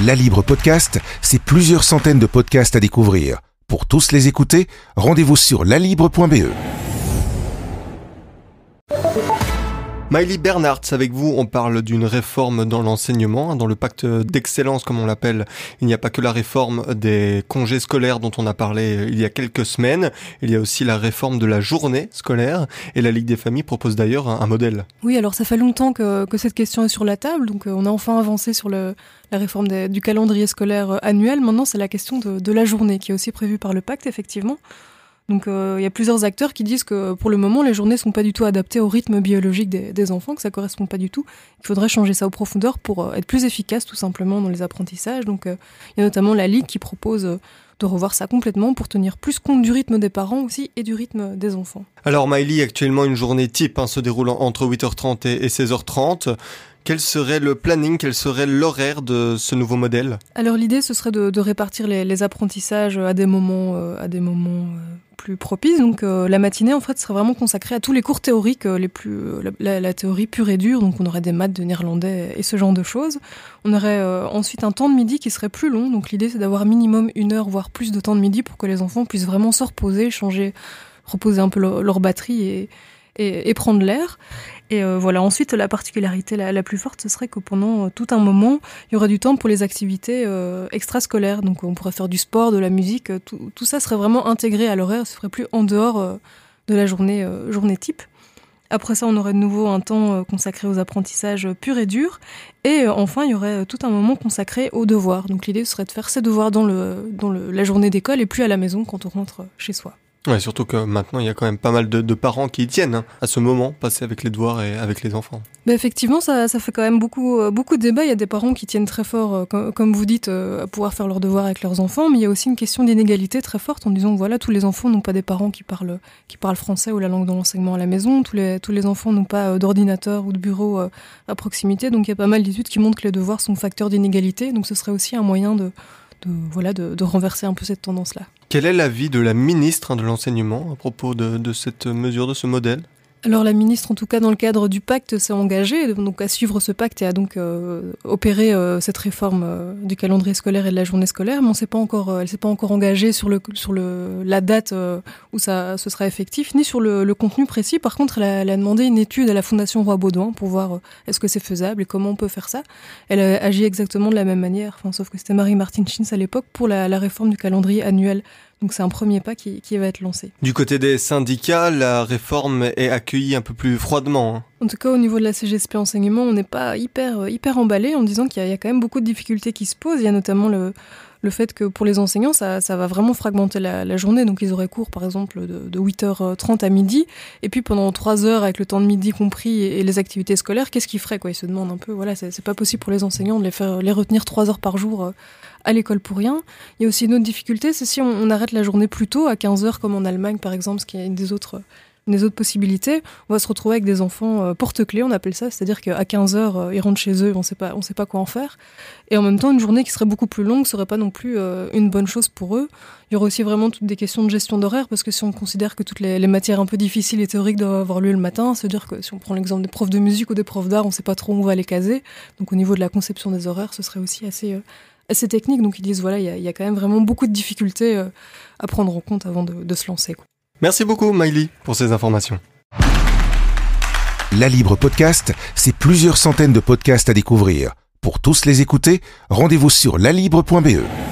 La Libre Podcast, c'est plusieurs centaines de podcasts à découvrir. Pour tous les écouter, rendez-vous sur lalibre.be. Maëlie Bernhardt, avec vous, on parle d'une réforme dans l'enseignement, dans le pacte d'excellence comme on l'appelle. Il n'y a pas que la réforme des congés scolaires dont on a parlé il y a quelques semaines, il y a aussi la réforme de la journée scolaire et la Ligue des familles propose d'ailleurs un modèle. Oui, alors ça fait longtemps que cette question est sur la table, donc on a enfin avancé sur la réforme du calendrier scolaire annuel. Maintenant, c'est la question de la journée qui est aussi prévue par le pacte, effectivement. Donc il y a plusieurs acteurs qui disent que pour le moment les journées sont pas du tout adaptées au rythme biologique des enfants, que ça correspond pas du tout. Il faudrait changer ça en profondeur pour être plus efficace tout simplement dans les apprentissages. Donc il y a notamment la Ligue qui propose de revoir ça complètement pour tenir plus compte du rythme des parents aussi et du rythme des enfants. Alors Maëlie, actuellement une journée type se déroulant entre 8h30 et 16h30. Quel serait le planning, quel serait l'horaire de ce nouveau modèle ? Alors l'idée ce serait de répartir les apprentissages à des moments plus propices. Donc la matinée en fait serait vraiment consacrée à tous les cours théoriques, la théorie pure et dure. Donc on aurait des maths, de néerlandais et ce genre de choses. On aurait ensuite un temps de midi qui serait plus long. Donc l'idée c'est d'avoir minimum 1 heure voire plus de temps de midi pour que les enfants puissent vraiment se reposer, reposer un peu leur batterie et prendre l'air. Et voilà. Ensuite, la particularité la plus forte, ce serait que pendant tout un moment, il y aurait du temps pour les activités extrascolaires. Donc on pourrait faire du sport, de la musique, tout ça serait vraiment intégré à l'horaire, ce serait plus en dehors de la journée type. Après ça, on aurait de nouveau un temps consacré aux apprentissages purs et durs. Et enfin, il y aurait tout un moment consacré aux devoirs. Donc l'idée serait de faire ses devoirs dans la journée d'école et plus à la maison quand on rentre chez soi. Ouais, surtout que maintenant, il y a quand même pas mal de parents qui y tiennent à ce moment passé avec les devoirs et avec les enfants. Effectivement, ça fait quand même beaucoup de débats. Il y a des parents qui tiennent très fort, comme vous dites, à pouvoir faire leurs devoirs avec leurs enfants, mais il y a aussi une question d'inégalité très forte en disant que voilà, tous les enfants n'ont pas des parents qui parlent français ou la langue de l'enseignement à la maison. Tous les enfants n'ont pas d'ordinateur ou de bureau à proximité. Donc il y a pas mal d'études qui montrent que les devoirs sont facteurs d'inégalité. Donc ce serait aussi un moyen de renverser un peu cette tendance-là. Quel est l'avis de la ministre de l'Enseignement à propos de cette mesure, de ce modèle ? Alors la ministre, en tout cas dans le cadre du pacte, s'est engagée donc à suivre ce pacte et à donc opérer cette réforme du calendrier scolaire et de la journée scolaire, mais elle s'est pas encore engagée sur la date où ce sera effectif, ni sur le contenu précis. Par contre, elle a demandé une étude à la Fondation Roi-Baudouin pour voir est-ce que c'est faisable et comment on peut faire ça. Elle a agi exactement de la même manière, sauf que c'était Marie-Martine Schins à l'époque pour la réforme du calendrier annuel. Donc c'est un premier pas qui va être lancé. Du côté des syndicats, la réforme est accueillie un peu plus froidement. En tout cas, au niveau de la CGSP enseignement, on n'est pas hyper emballé en disant qu'il y a quand même beaucoup de difficultés qui se posent. Il y a notamment le fait que pour les enseignants, ça va vraiment fragmenter la journée. Donc ils auraient cours par exemple de 8h30 à midi. Et puis pendant 3 heures, avec le temps de midi compris et les activités scolaires, qu'est-ce qu'ils feraient ? Ils se demandent un peu, voilà, c'est pas possible pour les enseignants de les retenir 3 heures par jour à l'école pour rien. Il y a aussi une autre difficulté, c'est si on arrête la journée plus tôt, à 15h comme en Allemagne par exemple, ce qui est une des autres possibilités, on va se retrouver avec des enfants porte-clés, on appelle ça, c'est-à-dire qu'à 15h, ils rentrent chez eux, on sait pas quoi en faire. Et en même temps, une journée qui serait beaucoup plus longue serait pas non plus une bonne chose pour eux. Il y aurait aussi vraiment toutes des questions de gestion d'horaire, parce que si on considère que toutes les matières un peu difficiles et théoriques doivent avoir lieu le matin, c'est-à-dire que si on prend l'exemple des profs de musique ou des profs d'art, on sait pas trop où on va les caser. Donc au niveau de la conception des horaires, ce serait aussi assez technique. Donc ils disent, voilà, il y a quand même vraiment beaucoup de difficultés à prendre en compte avant de se lancer, quoi. Merci beaucoup Maëlie pour ces informations. La Libre Podcast, c'est plusieurs centaines de podcasts à découvrir. Pour tous les écouter, rendez-vous sur lalibre.be.